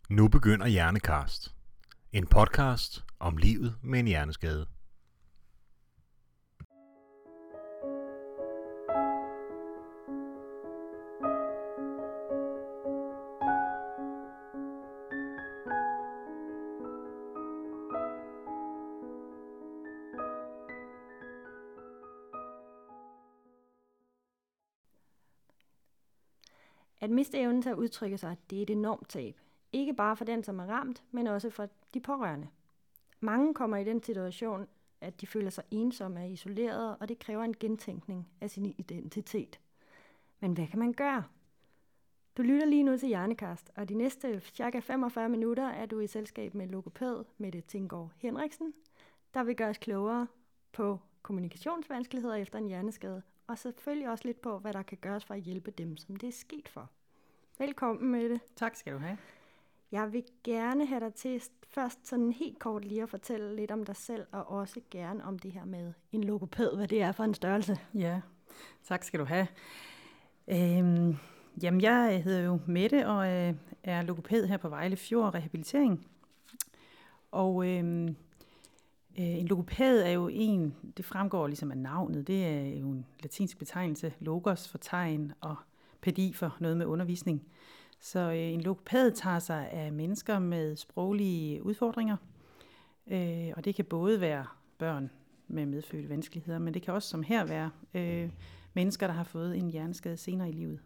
Nu begynder Hjernekast. En podcast om livet med en hjerneskade. At miste evnen til at udtrykke sig, det er et enormt tab. Ikke bare for den, som er ramt, men også for de pårørende. Mange kommer i den situation, at de føler sig ensomme og isolerede, og det kræver en gentænkning af sin identitet. Men hvad kan man gøre? Du lytter lige nu til Hjernekast, og de næste cirka 45 minutter er du i selskab med logopæd Mette Tinggaard Henriksen, der vil gøre os klogere på kommunikationsvanskeligheder efter en hjerneskade, og selvfølgelig også lidt på, hvad der kan gøres for at hjælpe dem, som det er sket for. Velkommen, Mette. Tak skal du have. Jeg vil gerne have dig til først sådan helt kort lige at fortælle lidt om dig selv, og også gerne om det her med en logopæd, hvad det er for en størrelse. Ja, tak skal du have. Jamen, jeg hedder jo Mette og er logopæd her på Vejle Fjord Rehabilitering. Og en logopæd er jo det fremgår ligesom af navnet, det er jo en latinsk betegnelse, logos for tegn og pædi for noget med undervisning. Så en logopæd tager sig af mennesker med sproglige udfordringer, og det kan både være børn med medfødte vanskeligheder, men det kan også som her være mennesker, der har fået en hjerneskade senere i livet.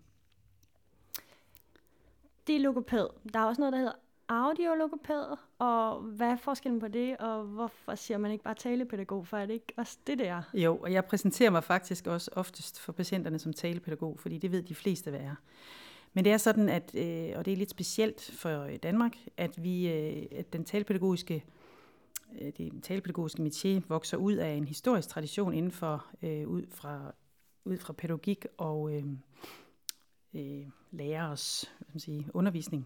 Det er logopæd. Der er også noget, der hedder audiologopæd, og hvad er forskellen på det, og hvorfor siger man ikke bare talepædagog, for er det ikke også det der? Jo, og jeg præsenterer mig faktisk også oftest for patienterne som talepædagog, fordi det ved de fleste, hvad er. Men det er sådan, at, og det er lidt specielt for Danmark, at at den talepædagogiske métier vokser ud af en historisk tradition inden for, ud fra pædagogik og lærers undervisning.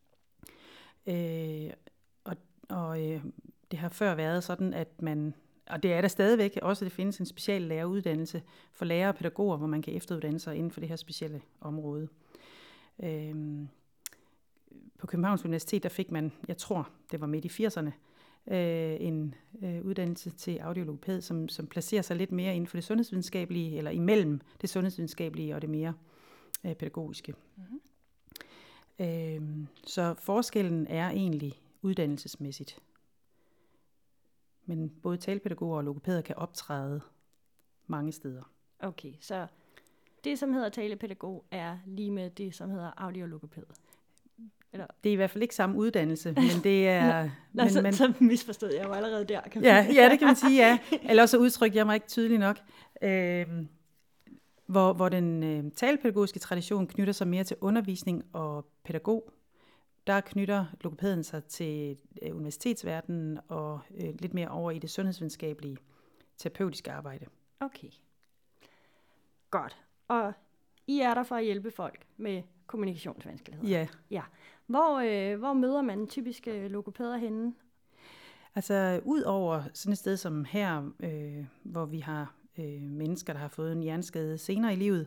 Det har før været sådan, at man, og det er der stadigvæk også, det findes en special læreruddannelse for lærere og pædagoger, hvor man kan efteruddanne sig inden for det her specielle område. På Københavns Universitet, der fik man, jeg tror, det var midt i 80'erne, en uddannelse til audiologopæd, som placerer sig lidt mere inden for det sundhedsvidenskabelige, eller imellem det sundhedsvidenskabelige og det mere pædagogiske. Mm-hmm. Så forskellen er egentlig uddannelsesmæssigt. Men både talepædagoger og logopæder kan optræde mange steder. Okay, så det, som hedder talepædagog, er lige med det, som hedder audiologopæd? Eller? Det er i hvert fald ikke samme uddannelse, men det er... så misforstod jeg jo allerede der. Ja, det kan man sige, ja. Eller også udtrykte jeg mig ikke tydeligt nok. Hvor den talepædagogiske tradition knytter sig mere til undervisning og pædagog, der knytter logopæden sig til universitetsverdenen og lidt mere over i det sundhedsvidenskabelige terapeutiske arbejde. Okay. Godt. Og I er der for at hjælpe folk med kommunikationsvanskeligheder? Ja. Hvor møder man typisk logopæder henne? Altså ud over sådan et sted som her, hvor vi har mennesker, der har fået en hjerneskade senere i livet,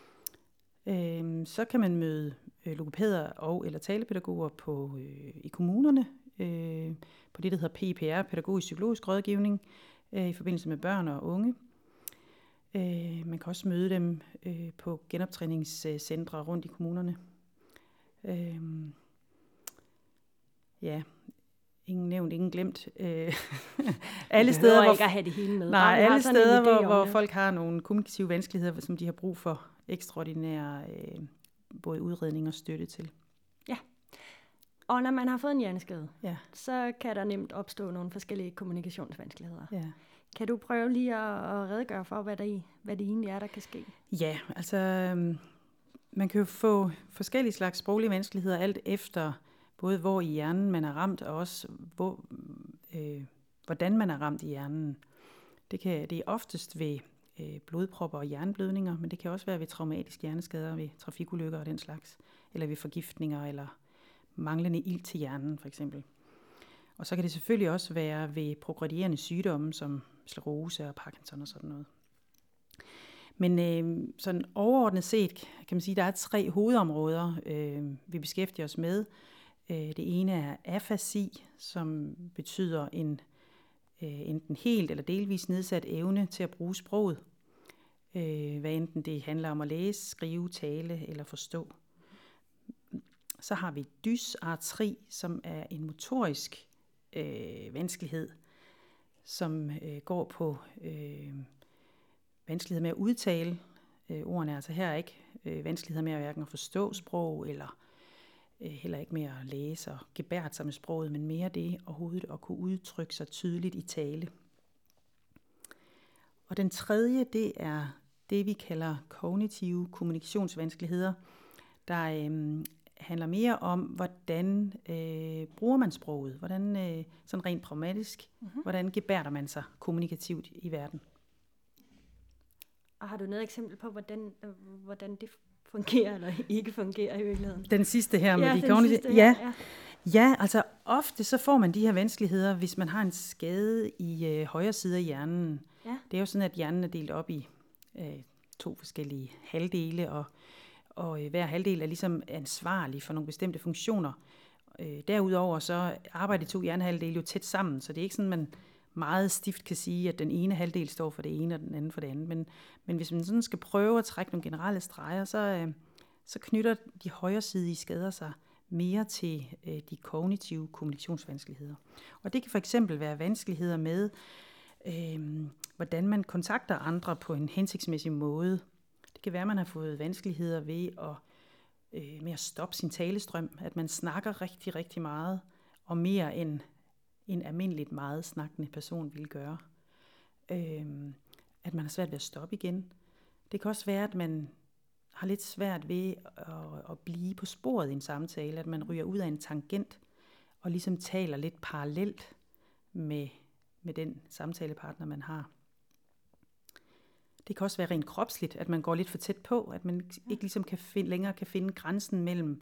så kan man møde logopæder og eller talepædagoger i kommunerne, på det, der hedder PIPR, pædagogisk psykologisk rådgivning, i forbindelse med børn og unge. Man kan også møde dem på genoptræningscentre rundt i kommunerne. Ingen nævnt, ingen glemt. Alle steder, hvor, ikke at have det hele med. Nej, alle steder, hvor folk har nogle kommunikative vanskeligheder, som de har brug for ekstraordinære både udredning og støtte til. Ja. Og når man har fået en hjerneskade, så kan der nemt opstå nogle forskellige kommunikationsvanskeligheder. Ja. Kan du prøve lige at redegøre for, hvad det egentlig er, der kan ske? Ja, altså man kan jo få forskellige slags sproglige vanskeligheder, alt efter både hvor i hjernen man er ramt, og også hvordan man er ramt i hjernen. Det er oftest ved blodpropper og hjerneblødninger, men det kan også være ved traumatiske hjerneskader, ved trafikulykker og den slags, eller ved forgiftninger, eller manglende ilt til hjernen for eksempel. Og så kan det selvfølgelig også være ved progredierende sygdomme, som sklerose og Parkinson og sådan noget. Men sådan overordnet set kan man sige, at der er 3 hovedområder, vi beskæftiger os med. Det ene er afasi, som betyder en enten helt eller delvis nedsat evne til at bruge sproget. Hvad enten det handler om at læse, skrive, tale eller forstå. Så har vi dysartri, som er en motorisk vanskelighed, som går på vanskelighed med at udtale ordene. Altså her er ikke vanskeligheder med at hverken at forstå sprog, eller heller ikke med at læse og gebærde sig med sproget, men mere det overhovedet at kunne udtrykke sig tydeligt i tale. Og den tredje, det er det, vi kalder kognitive kommunikationsvanskeligheder, der handler mere om, hvordan bruger man sproget, hvordan sådan rent pragmatisk, hvordan gebærder man sig kommunikativt i verden. Og har du noget eksempel på, hvordan det fungerer eller ikke fungerer i virkeligheden? Den sidste her med de kognitive. Ja, altså ofte så får man de her vanskeligheder, hvis man har en skade i højre side af hjernen. Ja. Det er jo sådan, at hjernen er delt op i 2 forskellige halvdele, og hver halvdel er ligesom ansvarlig for nogle bestemte funktioner. Derudover så arbejder de 2 hjernehalvdele jo tæt sammen, så det er ikke sådan, man meget stift kan sige, at den ene halvdel står for det ene, og den anden for det andet. Men hvis man sådan skal prøve at trække nogle generelle streger, så knytter de højresidige skader sig mere til de kognitive kommunikationsvanskeligheder. Og det kan for eksempel være vanskeligheder med, hvordan man kontakter andre på en hensigtsmæssig måde. Det kan være, at man har fået vanskeligheder med at stoppe sin talestrøm, at man snakker rigtig, rigtig meget, og mere end en almindeligt meget snakkende person ville gøre. At man har svært ved at stoppe igen. Det kan også være, at man har lidt svært ved at blive på sporet i en samtale, at man ryger ud af en tangent, og ligesom taler lidt parallelt med den samtalepartner, man har. Det kan også være rent kropsligt, at man går lidt for tæt på, at man ikke ligesom længere kan finde grænsen mellem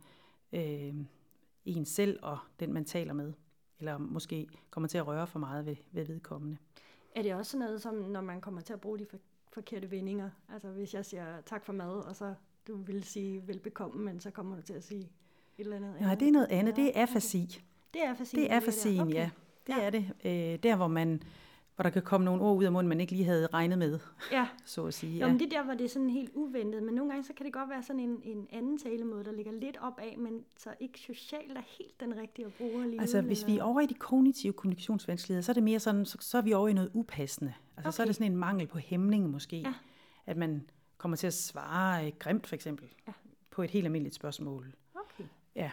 en selv og den, man taler med. Eller måske kommer til at røre for meget ved vedkommende. Er det også sådan noget, som når man kommer til at bruge de forkerte vendinger? Altså hvis jeg siger tak for mad, og så du vil sige velbekomme, men så kommer du til at sige et eller andet. Nej, det er noget andet. Det er afasi. Okay. Det er afasi. Det er afasien, okay. Ja. Det er det. Der, hvor der kan komme nogle ord ud af munden, man ikke lige havde regnet med, så at sige. Ja. Jo, men det der, hvor det er sådan helt uventet, men nogle gange så kan det godt være sådan en anden talemåde, der ligger lidt op af, men så ikke socialt er helt den rigtige at bruge alligevel. Altså hvis vi er over i de kognitive kommunikationsvanskeligheder, så er det mere sådan, så er vi over i noget upassende. Altså så er det sådan en mangel på hæmning måske, at man kommer til at svare grimt for eksempel, på et helt almindeligt spørgsmål. Okay. Ja.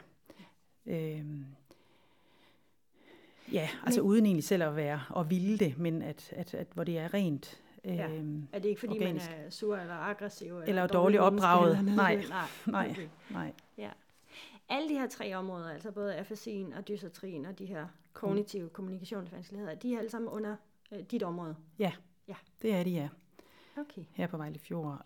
Ja, altså uden egentlig selv at være og ville det, men at hvor det er rent er det ikke fordi organisk. Man er sur eller aggressiv eller dårligt opdraget? Nej. Nej. Ja. Alle de her 3 områder, altså både afasien og dysartrien og de her kognitive kommunikationsvanskeligheder, de er alle sammen under dit område? Ja, det er de, ja. Okay. Her på Vejle Fjord.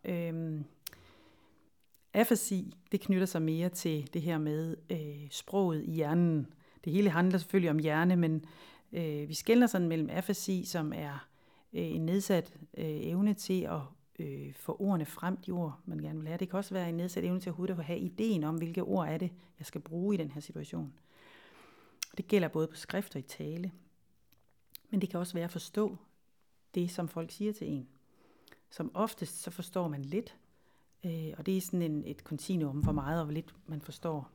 Afasi, det knytter sig mere til det her med sproget i hjernen. Det hele handler selvfølgelig om hjerne, men vi skelner sådan mellem afasi, som er en nedsat evne til at få ordene frem, de ord, man gerne vil have. Det kan også være en nedsat evne til at have ideen om, hvilke ord er det, jeg skal bruge i den her situation. Det gælder både på skrift og i tale. Men det kan også være at forstå det, som folk siger til en. Som oftest så forstår man lidt, og det er sådan et kontinuum for meget, og hvor lidt man forstår.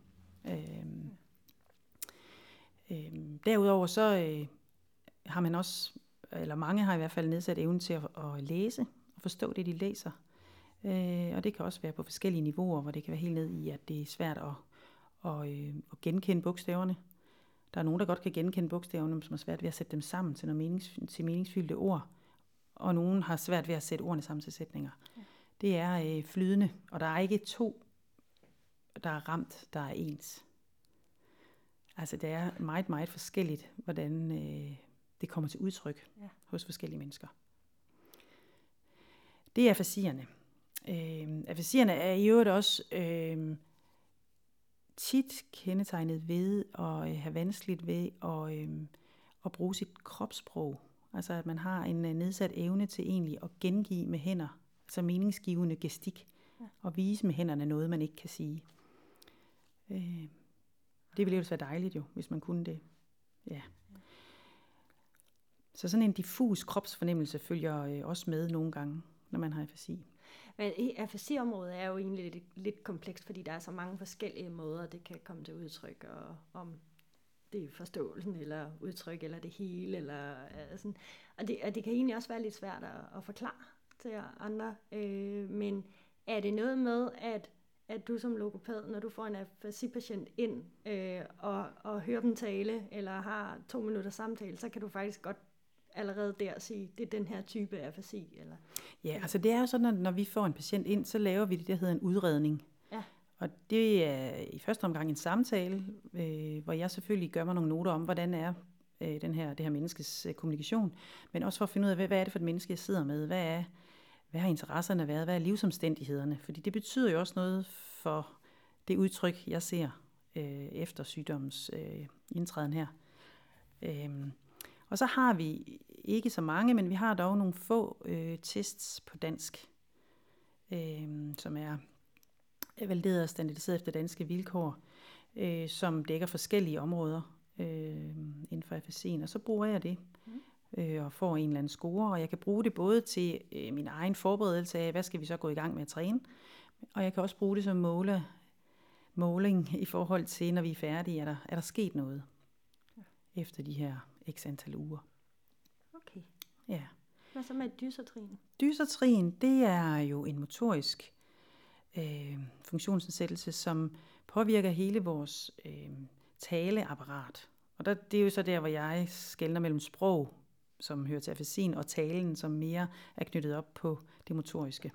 Derudover så har man også, eller mange har i hvert fald nedsat evnen til at læse og forstå det, de læser. Og det kan også være på forskellige niveauer, hvor det kan være helt ned i, at det er svært at genkende bogstaverne. Der er nogen, der godt kan genkende bogstaverne, som er svært ved at sætte dem sammen til meningsfyldte ord. Og nogen har svært ved at sætte ordene sammen til sætninger. Ja. Det er flydende, og der er ikke 2, der er ramt, der er ens. Altså det er meget, meget forskelligt, hvordan det kommer til udtryk hos forskellige mennesker. Det er afasierne. Afasierne er i øvrigt også tit kendetegnet ved at have vanskeligt ved at bruge sit kropssprog. Altså at man har en nedsat evne til egentlig at gengive med hænder, altså meningsgivende gestik, og vise med hænderne noget, man ikke kan sige. Det ville jo være dejligt jo, hvis man kunne det. Ja. Så sådan en diffus kropsfornemmelse følger også med nogle gange, når man har afasi. Men afasi-området er jo egentlig lidt komplekst, fordi der er så mange forskellige måder, det kan komme til udtryk, og om det er forståelsen, eller udtryk, eller det hele, eller sådan. Og det kan egentlig også være lidt svært at forklare til andre. Men er det noget med, at du som logopæd, når du får en afasi-patient ind, og hører dem tale, eller har 2 minutter samtale, så kan du faktisk godt allerede der sige, det er den her type afasi? Eller? Ja, altså det er jo sådan, at når vi får en patient ind, så laver vi det, der hedder en udredning. Ja. Og det er i første omgang en samtale, hvor jeg selvfølgelig gør mig nogle noter om, hvordan er det her menneskes kommunikation, men også for at finde ud af, hvad er det for et menneske, jeg sidder med? Hvad har interesserne været? Hvad er livsomstændighederne? Fordi det betyder jo også noget for det udtryk, jeg ser efter sygdommens indtræden her. Og så har vi ikke så mange, men vi har dog nogle få tests på dansk, som er valideret og standardiseret efter danske vilkår, som dækker forskellige områder inden for afasien. Og så bruger jeg det og får en eller anden score, og jeg kan bruge det både til min egen forberedelse af, hvad skal vi så gå i gang med at træne, og jeg kan også bruge det som måling i forhold til, når vi er færdige, er der sket noget efter de her x antal uger. Okay. Ja. Hvad så med dysartrien? Dysartrien, det er jo en motorisk funktionsnedsættelse, som påvirker hele vores taleapparat. Og det er jo så der, hvor jeg skelner mellem sprog, som hører til afasien, og talen, som mere er knyttet op på det motoriske.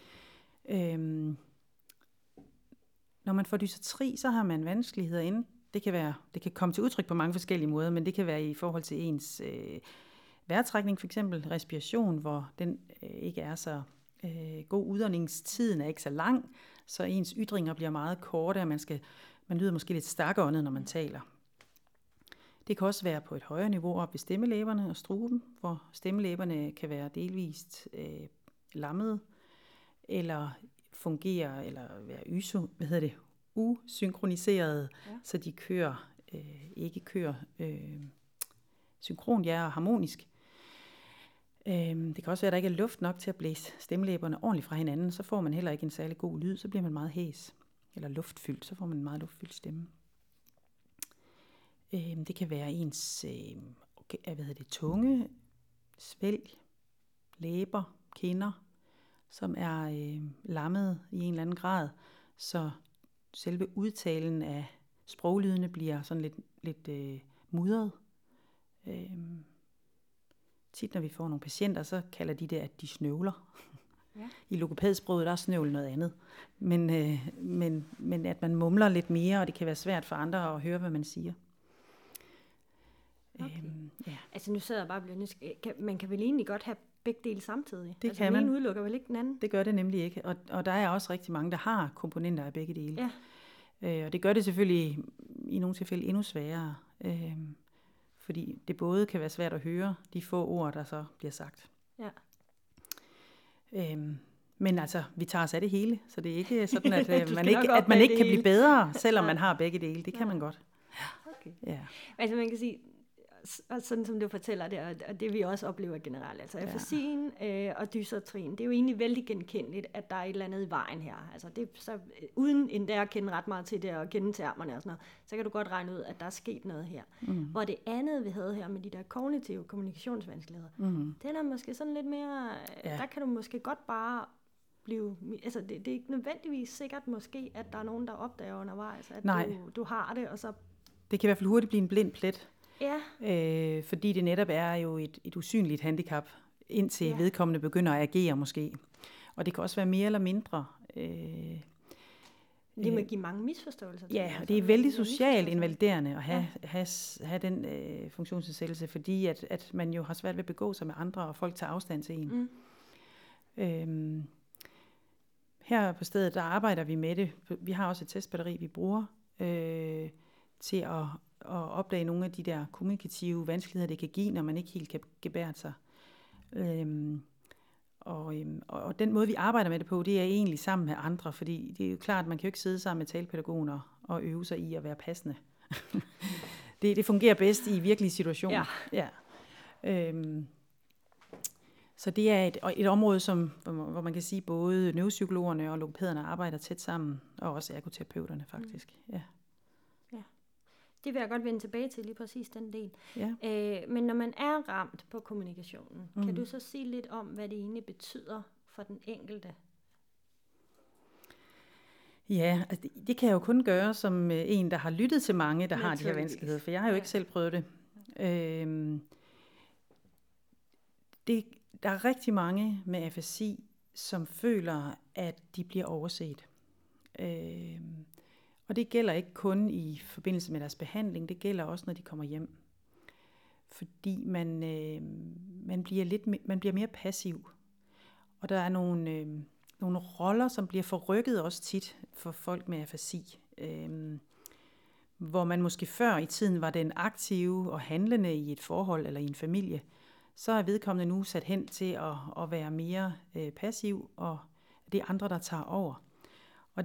Når man får dysartri, så har man vanskeligheder inde. Det kan komme til udtryk på mange forskellige måder, men det kan være i forhold til ens vejrtrækning, for eksempel respiration, hvor den ikke er så god. Udåndingstiden er ikke så lang, så ens ytringer bliver meget korte, og man lyder måske lidt stakåndet, når man taler. Det kan også være på et højere niveau op ved stemmelæberne og struben, hvor stemmelæberne kan være delvist lammede, eller fungere, eller være usynkroniseret, så de ikke kører synkront, og harmonisk. Det kan også være, at der ikke er luft nok til at blæse stemmelæberne ordentligt fra hinanden, så får man heller ikke en særlig god lyd, så bliver man meget hæs, eller luftfyldt, så får man en meget luftfyldt stemme. Det kan være ens tunge, svælg, læber, kinder, som er lammet i en eller anden grad, så selve udtalen af sproglydene bliver sådan lidt mudret. Tit når vi får nogle patienter, så kalder de det, at de snøvler. Ja. I logopedsproget der er snøvl noget andet. Men at man mumler lidt mere, og det kan være svært for andre at høre, hvad man siger. Okay. Ja. Altså nu sidder jeg bare og bliver nysgerrig. Man kan vel egentlig godt have begge dele samtidig? Det altså, kan man. Den ene udelukker vel ikke den anden? Det gør det nemlig ikke, og der er også rigtig mange, der har komponenter af begge dele. Ja. Og det gør det selvfølgelig i nogle tilfælde endnu sværere, fordi det både kan være svært at høre de få ord, der så bliver sagt. Ja. Men altså, vi tager os af det hele, så det er ikke sådan, at man ikke kan blive bedre, selvom man har begge dele. Det kan man godt. Okay. Ja. Altså man kan sige, sådan som du fortæller det, og det vi også oplever generelt, altså afasien og dysartrien, det er jo egentlig vældig genkendeligt, at der er et eller andet i vejen her. Altså det, så, uden endda at kende ret meget til det og kende termerne og sådan noget, så kan du godt regne ud, at der er sket noget her. Hvor det andet, vi havde her med de der kognitive kommunikationsvanskeligheder, den er måske sådan lidt mere, der kan du måske godt bare blive, altså det er ikke nødvendigvis sikkert måske, at der er nogen, der opdager undervejs, at du har det, og så... Det kan i hvert fald hurtigt blive en blind plet. Ja. Fordi det netop er jo et usynligt handicap, indtil vedkommende begynder at agere måske. Og det kan også være mere eller mindre. Det må give mange misforståelser. Ja, og det er vældig socialt invaliderende at have den funktionsnedsættelse, fordi at man jo har svært ved at begå sig med andre, og folk tager afstand til en. Her på stedet, der arbejder vi med det. Vi har også et testbatteri, vi bruger til at opdage nogle af de der kommunikative vanskeligheder, det kan give, når man ikke helt kan gebære sig. Og den måde, vi arbejder med det på, det er egentlig sammen med andre, fordi det er jo klart, at man kan jo ikke sidde sammen med talepædagogen og øve sig i at være passende. det fungerer bedst i virkelige situationer. Ja. Så det er et område, hvor man kan sige, både neuropsykologerne og logopæderne arbejder tæt sammen, og også ergoterapeuterne faktisk. Ja. Det vil jeg godt vende tilbage til, lige præcis den del. Ja. Men når man er ramt på kommunikationen, kan du så sige lidt om, hvad det egentlig betyder for den enkelte? Ja, altså det kan jeg jo kun gøre som en, der har lyttet til mange, der har de her vanskeligheder, for jeg har jo ikke selv prøvet det. Der er rigtig mange med afasi, som føler, at de bliver overset. Og det gælder ikke kun i forbindelse med deres behandling, det gælder også, når de kommer hjem. Fordi man bliver mere passiv. Og der er nogle roller, som bliver forrykket også tit for folk med afasi. Hvor man måske før i tiden var den aktive og handlende i et forhold eller i en familie, så er vedkommende nu sat hen til at være mere passiv, og det er andre, der tager over. Og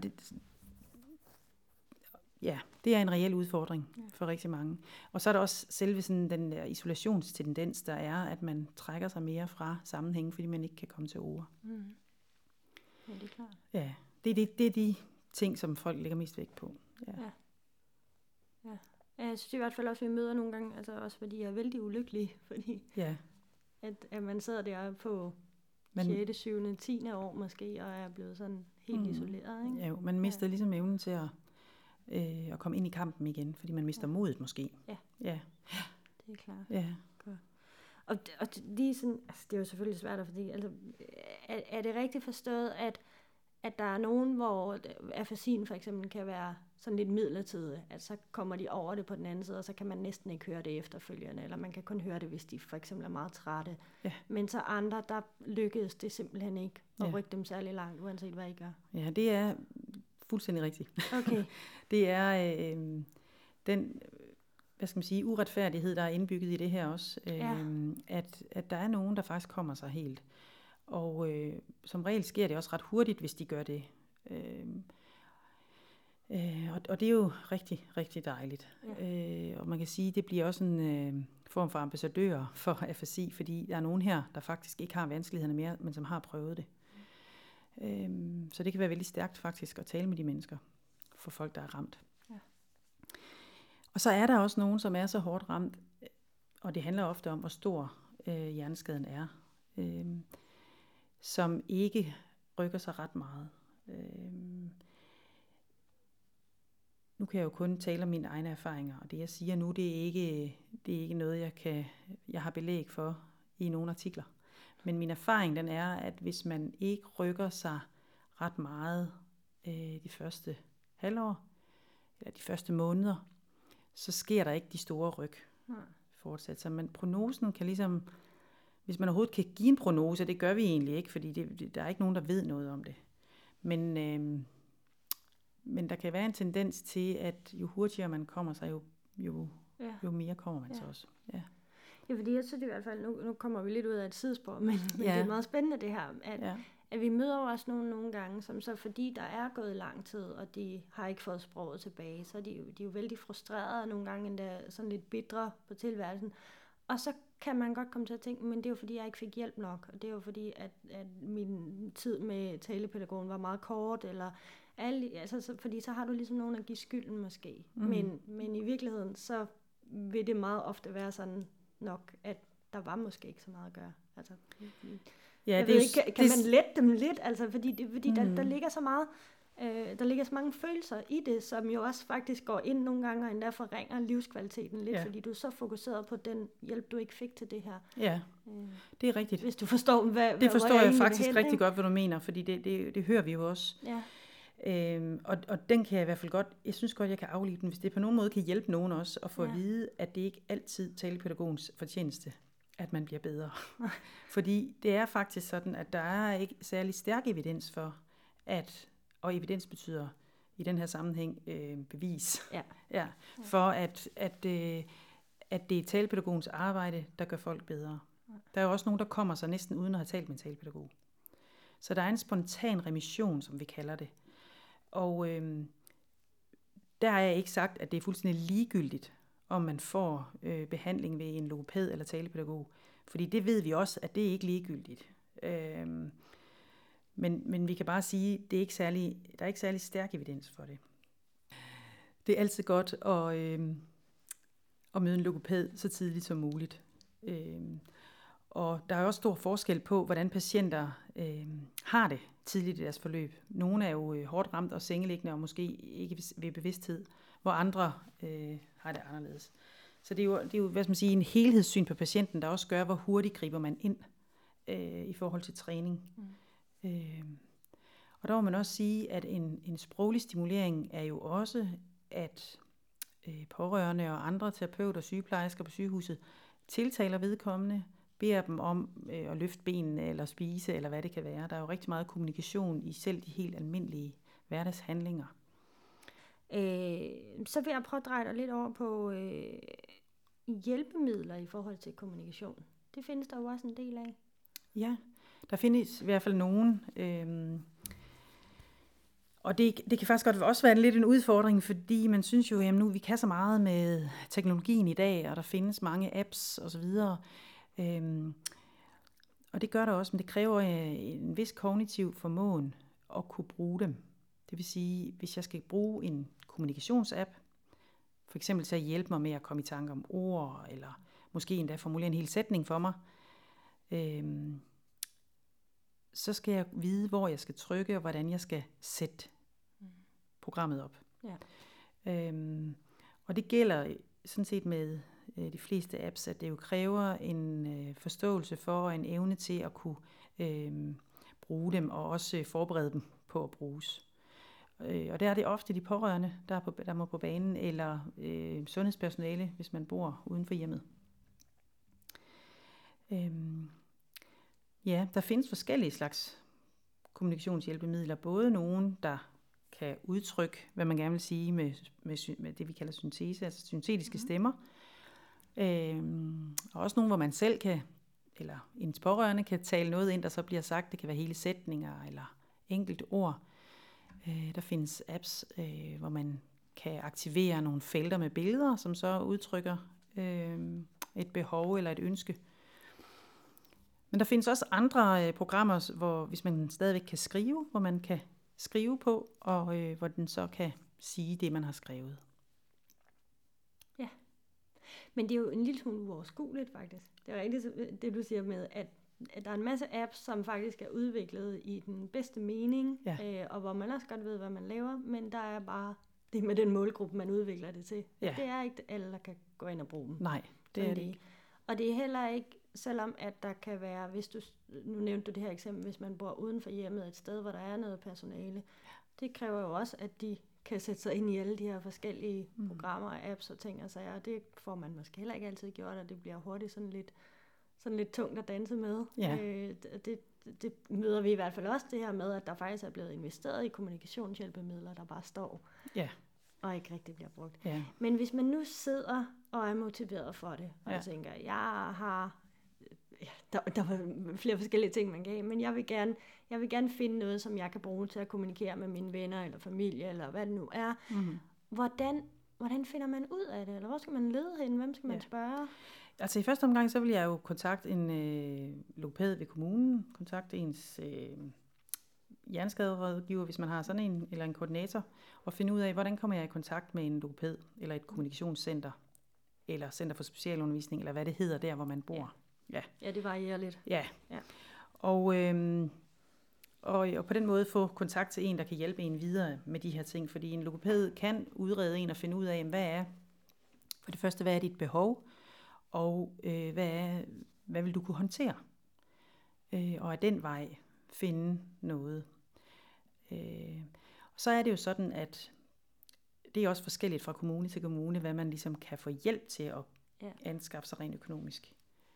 det er en reel udfordring for rigtig mange. Og så er der også selve sådan den der isolationstendens, der er, at man trækker sig mere fra sammenhængen, fordi man ikke kan komme til ord. Ja, det er klart. Ja, det er de ting, som folk lægger mest vægt på. Ja. Jeg synes i hvert fald også, at vi møder nogle gange, altså også fordi jeg er vældig ulykkelig, fordi at man sidder der på 6., 7., 10. år måske, og er blevet sådan helt isoleret. Ikke? Ja, man mister ligesom evnen til at komme ind i kampen igen, fordi man mister modet måske. Ja. Det er klart. Ja. Godt. Og lige sådan, altså det er jo selvfølgelig svært at fordi, altså, er det rigtigt forstået, at der er nogen, hvor afasien for eksempel kan være sådan lidt midlertidig, at så kommer de over det på den anden side, og så kan man næsten ikke høre det efterfølgende, eller man kan kun høre det, hvis de for eksempel er meget trætte. Ja. Men så andre, der lykkedes det simpelthen ikke at rykke dem særlig langt, uanset hvad I gør. Ja, det er fuldstændig rigtigt. Okay. Det er den, hvad skal man sige, uretfærdighed, der er indbygget i det her også, at der er nogen, der faktisk kommer sig helt. Og som regel sker det også ret hurtigt, hvis de gør det. Og det er jo rigtig, rigtig dejligt. Ja. Og man kan sige, at det bliver også en form for ambassadør for afasi, fordi der er nogen her, der faktisk ikke har vanskelighederne mere, men som har prøvet det. Så det kan være vældig stærkt faktisk at tale med de mennesker, for folk, der er ramt. Ja. Og så er der også nogen, som er så hårdt ramt, og det handler ofte om, hvor stor hjerneskaden er, som ikke rykker sig ret meget. Nu kan jeg jo kun tale om mine egne erfaringer, og det jeg siger nu, det er ikke noget, jeg har belæg for i nogle artikler. Men min erfaring den er, at hvis man ikke rykker sig ret meget de første halvår, eller de første måneder, så sker der ikke de store ryg fortsat. Så prognosen kan ligesom, hvis man overhovedet kan give en prognose, det gør vi egentlig ikke, fordi der er ikke nogen, der ved noget om det. Men der kan være en tendens til, at jo hurtigere man kommer sig, jo mere kommer man så også. Ja. Ja, fordi jeg synes i hvert fald, nu kommer vi lidt ud af et sidespor, men det er meget spændende det her, at vi møder også nogle gange, som så fordi der er gået lang tid, og de har ikke fået sproget tilbage, så de er jo vældig frustrerede, og nogle gange endda sådan lidt bitre på tilværelsen. Og så kan man godt komme til at tænke, men det er jo fordi, jeg ikke fik hjælp nok, og det er jo fordi, at min tid med talepædagogen var meget kort, eller fordi så har du ligesom nogen at give skylden måske. Men i virkeligheden, så vil det meget ofte være sådan nok, at der var måske ikke så meget at gøre. Altså, jeg ved ikke, kan man lette dem lidt, altså, fordi der ligger så meget, der ligger så mange følelser i det, som jo også faktisk går ind nogle gange, og endda forringer livskvaliteten lidt, fordi du er så fokuseret på den hjælp, du ikke fik til det her. Ja, det er rigtigt. Hvis du forstår, det forstår jeg faktisk rigtig godt, hvad du mener, fordi det hører vi jo også. Ja. Og den kan jeg i hvert fald godt, jeg synes godt, jeg kan aflive den, hvis det på nogen måde kan hjælpe nogen også, at få at vide, at det ikke altid talepædagogens fortjeneste, at man bliver bedre. Fordi det er faktisk sådan, at der er ikke særlig stærk evidens for, og evidens betyder i den her sammenhæng bevis, for at det er talepædagogens arbejde, der gør folk bedre. Der er jo også nogen, der kommer sig næsten uden at have talt med en talepædagog. Så der er en spontan remission, som vi kalder det. Og der er jeg ikke sagt, at det er fuldstændig ligegyldigt, om man får behandling ved en logopæd eller talepædagog. Fordi det ved vi også, at det er ikke ligegyldigt. Men vi kan bare sige, at der er ikke særlig stærk evidens for det. Det er altid godt at møde en logopæd så tidligt som muligt. Og der er også stor forskel på, hvordan patienter har det tidligt i deres forløb. Nogle er jo hårdt ramt og sengeliggende og måske ikke ved bevidsthed, hvor andre har det anderledes. Så det er jo hvad skal man sige, en helhedssyn på patienten, der også gør, hvor hurtigt griber man ind i forhold til træning. Og der må man også sige, at en sproglig stimulering er jo også, at pårørende og andre terapeuter og sygeplejersker på sygehuset tiltaler vedkommende, beder dem om at løfte benene eller spise, eller hvad det kan være. Der er jo rigtig meget kommunikation i selv de helt almindelige hverdagshandlinger. Så vil jeg prøve at dreje dig lidt over på hjælpemidler i forhold til kommunikation. Det findes der jo også en del af. Ja, der findes i hvert fald nogen. Og det kan faktisk godt også være lidt en udfordring, fordi man synes jo, at nu vi kan så meget med teknologien i dag, og der findes mange apps osv. Og det gør der også, men det kræver en vis kognitiv formåen at kunne bruge dem. Det vil sige, hvis jeg skal bruge en kommunikationsapp, for eksempel til at hjælpe mig med at komme i tanke om ord, eller måske endda formulere en hel sætning for mig, så skal jeg vide, hvor jeg skal trykke, og hvordan jeg skal sætte programmet op. Ja. Og det gælder sådan set med de fleste apps, at det jo kræver en forståelse for og en evne til at kunne bruge dem, og også forberede dem på at bruges. Og der er det ofte de pårørende, der må på banen, eller sundhedspersonale, hvis man bor uden for hjemmet. Ja, der findes forskellige slags kommunikationshjælpemidler. Både nogen, der kan udtrykke, hvad man gerne vil sige med det, vi kalder syntese, altså syntetiske stemmer. Og også nogle, hvor man selv kan, eller ens pårørende kan tale noget ind, der så bliver sagt. Det kan være hele sætninger eller enkelt ord. Der findes apps, hvor man kan aktivere nogle felter med billeder, som så udtrykker et behov eller et ønske. Men der findes også andre programmer, hvor hvis man stadigvæk kan skrive, hvor man kan skrive på, og hvor den så kan sige det, man har skrevet. Ja, men det er jo en lille smule uoverskueligt faktisk. Det er rigtigt, det du siger med, at der er en masse apps, som faktisk er udviklet i den bedste mening, og hvor man også godt ved, hvad man laver, men der er bare det med den målgruppe, man udvikler det til. Ja. Det er ikke alle, der kan gå ind og bruge dem. Nej, det er det ikke. Og det er heller ikke, selvom at der kan være, nu nævnte du det her eksempel, hvis man bor uden for hjemmet et sted, hvor der er noget personale, det kræver jo også, at de kan sætte sig ind i alle de her forskellige programmer og apps og ting og sager, og det får man måske heller ikke altid gjort, og det bliver hurtigt sådan lidt tungt at danse med. Ja. Det møder vi i hvert fald også det her med, at der faktisk er blevet investeret i kommunikationshjælpemidler, der bare står og ikke rigtig bliver brugt. Ja. Men hvis man nu sidder og er motiveret for det, og jeg tænker, jeg har... Der var flere forskellige ting, man kan, men jeg vil gerne finde noget, som jeg kan bruge til at kommunikere med mine venner eller familie, eller hvad det nu er. Mm-hmm. Hvordan finder man ud af det? Eller hvor skal man lede hen? Hvem skal man spørge? Altså i første omgang, så vil jeg jo kontakte en logopæd ved kommunen, kontakte ens hjerneskaderådgiver, hvis man har sådan en, eller en koordinator, og finde ud af, hvordan kommer jeg i kontakt med en logopæd, eller et kommunikationscenter, eller center for specialundervisning, eller hvad det hedder der, hvor man bor. Ja, det varierer lidt. Ja. Og på den måde få kontakt til en, der kan hjælpe en videre med de her ting, fordi en logopæd kan udrede en og finde ud af, for det første, hvad er dit behov, og hvad vil du kunne håndtere? Og af den vej finde noget. Så er det jo sådan, at det er også forskelligt fra kommune til kommune, hvad man ligesom kan få hjælp til at anskaffe sig rent økonomisk.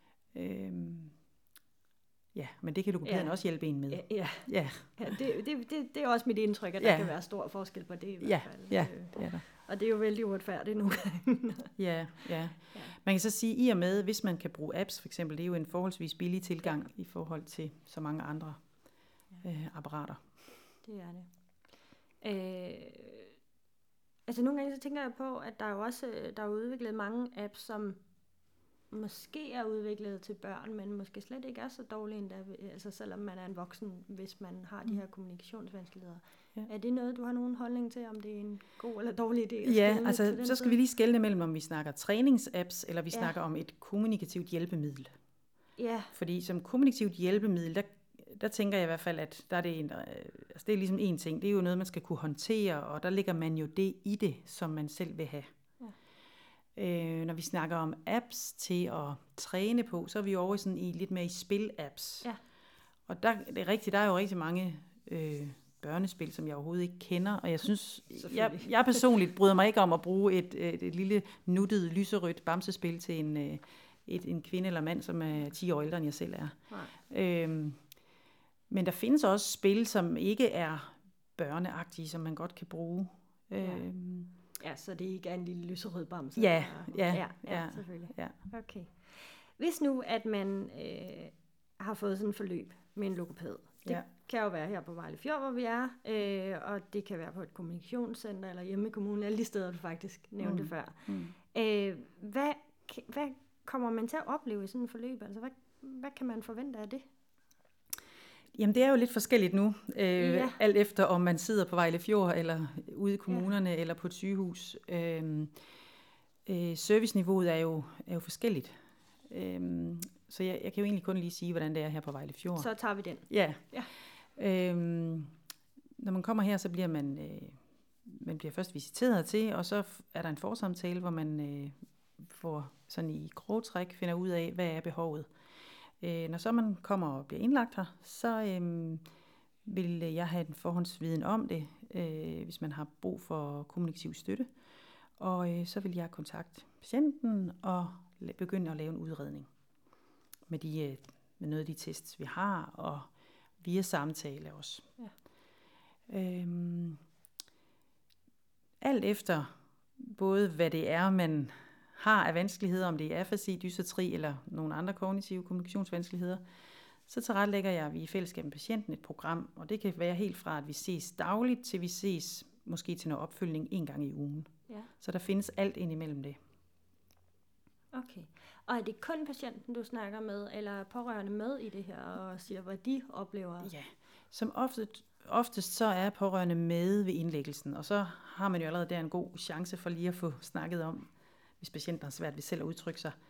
Men det kan logopæden også hjælpe en med. Det er også mit indtryk, at der kan være stor forskel på det i hvert fald. Ja, det er der. Og det er jo vældig uretfærdigt nu. Ja. Man kan så sige, i og med, hvis man kan bruge apps for eksempel, det er jo en forholdsvis billig tilgang i forhold til så mange andre apparater. Det er det. Altså nogle gange så tænker jeg på, at der er jo også der er udviklet mange apps, som måske er udviklet til børn, men måske slet ikke er så dårlige endda, altså selvom man er en voksen, hvis man har de her kommunikationsvanskeligheder. Ja. Er det noget, du har nogen holdning til, om det er en god eller dårlig idé? Ja, altså så skal vi lige skelne mellem, om vi snakker træningsapps, eller vi snakker om et kommunikativt hjælpemiddel. Ja. Fordi som kommunikativt hjælpemiddel, der tænker jeg i hvert fald, at der er det, altså det er ligesom en ting, det er jo noget, man skal kunne håndtere, og der ligger man jo det i det, som man selv vil have. Når vi snakker om apps til at træne på, så er vi over i lidt mere i spil-apps. Ja. Og det er rigtigt, der er jo rigtig mange børnespil, som jeg overhovedet ikke kender, og jeg synes, jeg personligt bryder mig ikke om at bruge et lille nuttet, lyserødt bamsespil til en kvinde eller mand, som er 10 år ældre, end jeg selv er. Men der findes også spil, som ikke er børneagtige, som man godt kan bruge. Ja, så det ikke er en lille lyserød bamse? Ja, selvfølgelig. Ja. Okay. Hvis nu, at man har fået sådan et forløb med en logopæd, det kan jo være her på Vejle Fjord, hvor vi er, og det kan være på et kommunikationscenter eller hjemme i kommunen, alle de steder, du faktisk nævnte før. Hvad kommer man til at opleve i sådan et forløb? Altså, hvad kan man forvente af det? Jamen, det er jo lidt forskelligt nu, alt efter om man sidder på Vejle Fjord, eller ude i kommunerne, eller på et sygehus. Serviceniveauet er jo forskelligt. Så jeg kan jo egentlig kun lige sige, hvordan det er her på Vejle Fjord. Så tager vi den. Ja. Når man kommer her, så bliver man bliver først visiteret til, og så er der en forsamtale, hvor man får sådan i grove træk finder ud af, hvad er behovet. Når så man kommer og bliver indlagt her, så vil jeg have en forhåndsviden om det, hvis man har brug for kommunikativ støtte. Og så vil jeg kontakte patienten og begynde at lave en udredning med noget af de tests, vi har, og via samtale også. Ja. Alt efter både hvad det er, man har af vanskeligheder, om det er afasi, dysartri eller nogle andre kognitive kommunikationsvanskeligheder, så tilrettelægger vi i fællesskab med patienten et program, og det kan være helt fra, at vi ses dagligt, til vi ses måske til noget opfølgning 1 gang i ugen. Ja. Så der findes alt ind imellem det. Okay. Og er det kun patienten, du snakker med, eller er pårørende med i det her, og siger, hvad de oplever? Ja, som oftest så er pårørende med ved indlæggelsen, og så har man jo allerede der en god chance for lige at få snakket om, hvis patienten har svært ved selv at udtrykke sig,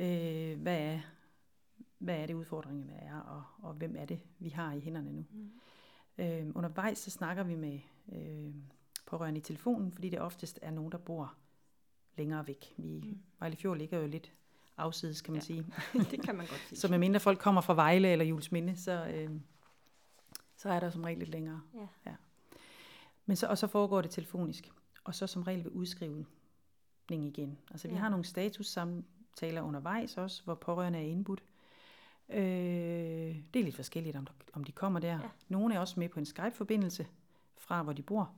hvad er det udfordringerne er, og hvem er det, vi har i hænderne nu. Undervejs så snakker vi med pårørende i telefonen, fordi det oftest er nogen, der bor længere væk. Vejle Fjord ligger jo lidt afsides, kan man sige. Det kan man godt sige. Så medmindre folk kommer fra Vejle eller Juelsminde, så er der som regel lidt længere. Ja. Men så foregår det telefonisk, og så som regel ved udskrivning igen. Altså vi har nogle statussamtaler undervejs også, hvor pårørende er indbudt. Det er lidt forskelligt, om de kommer der. Ja. Nogle er også med på en Skype-forbindelse fra, hvor de bor.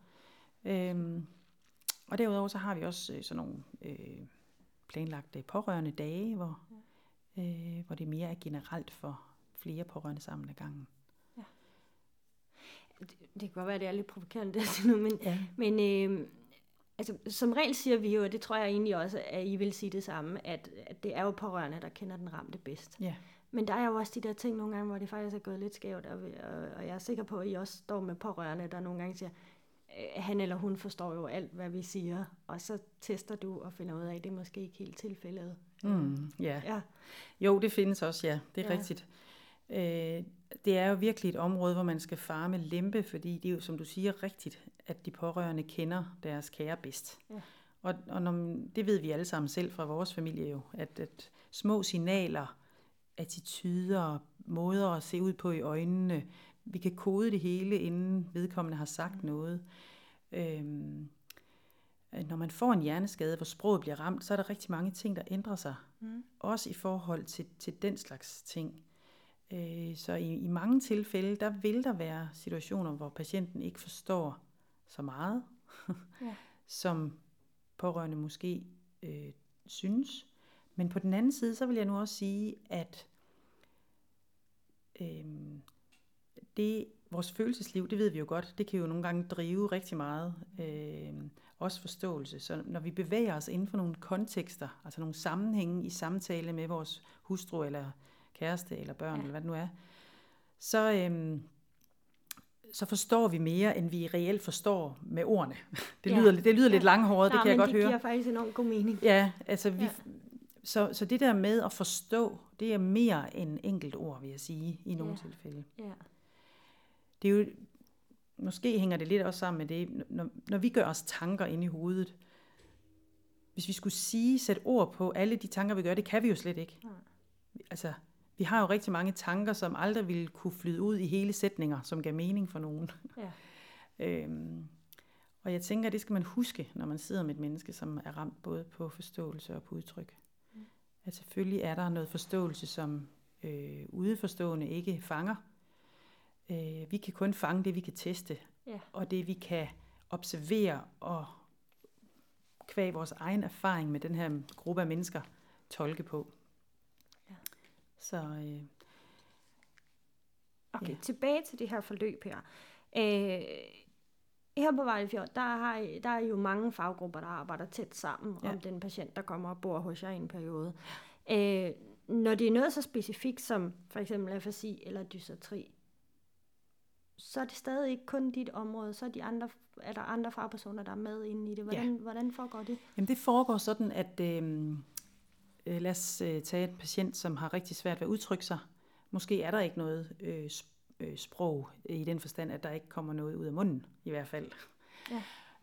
Og derudover så har vi også sådan nogle planlagte pårørende dage, hvor det mere er generelt for flere pårørende sammen ad gangen. Ja. Det kan godt være, at det er lidt provokerende det nu, men altså, som regel siger vi jo, og det tror jeg egentlig også, at I vil sige det samme, at det er jo pårørende, der kender den ramte bedst. Ja. Men der er jo også de der ting nogle gange, hvor det faktisk er gået lidt skævt, og jeg er sikker på, at I også står med pårørende, der nogle gange siger, han eller hun forstår jo alt, hvad vi siger, og så tester du og finder ud af, at det er måske ikke helt tilfældet. Ja. Jo, det findes også, ja. Det er rigtigt. Det er jo virkelig et område, hvor man skal fare med lempe, fordi det er jo, som du siger, rigtigt, at de pårørende kender deres kære bedst. Ja. Og det ved vi alle sammen selv fra vores familie jo, at små signaler, attityder, måder at se ud på i øjnene, vi kan kode det hele, inden vedkommende har sagt noget. Når man får en hjerneskade, hvor sproget bliver ramt, så er der rigtig mange ting, der ændrer sig. Også i forhold til den slags ting. Så i mange tilfælde, der vil der være situationer, hvor patienten ikke forstår så meget, som pårørende måske synes. Men på den anden side, så vil jeg nu også sige, at vores følelsesliv, det ved vi jo godt, det kan jo nogle gange drive rigtig meget. også forståelse. Så når vi bevæger os inden for nogle kontekster, altså nogle sammenhænge i samtale med vores hustru eller kæreste eller børn, eller hvad det nu er, så forstår vi mere, end vi reelt forstår med ordene. Det lyder lidt langhåret, det kan jeg godt høre. Det giver faktisk enormt god mening. Ja, altså så det der med at forstå, det er mere end enkelt ord, vil jeg sige, i nogle tilfælde. Ja. Det er jo, måske hænger det lidt også sammen med det, når vi gør os tanker inde i hovedet. Hvis vi skulle sætte ord på alle de tanker, vi gør, det kan vi jo slet ikke. Nej. Altså, vi har jo rigtig mange tanker, som aldrig ville kunne flyde ud i hele sætninger, som gav mening for nogen. Ja. Og jeg tænker, det skal man huske, når man sidder med et menneske, som er ramt både på forståelse og på udtryk. At selvfølgelig er der noget forståelse, som udeforstående ikke fanger. Vi kan kun fange det, vi kan teste, og det, vi kan observere og kvæg vores egen erfaring med den her gruppe af mennesker tolke på. Ja. Så okay, tilbage til det her forløb her. Her på Vejle Fjord, der er jo mange faggrupper, der arbejder tæt sammen om den patient, der kommer og bor hos jer i en periode. Når det er noget så specifikt som for eksempel afasi eller dysartri, så er det stadig ikke kun dit område, så er der andre fagpersoner, der er med inde i det. Hvordan foregår det? Jamen det foregår sådan, at lad os tage et patient, som har rigtig svært ved at udtrykke sig. Måske er der ikke noget sprog i den forstand, at der ikke kommer noget ud af munden, i hvert fald. Ja.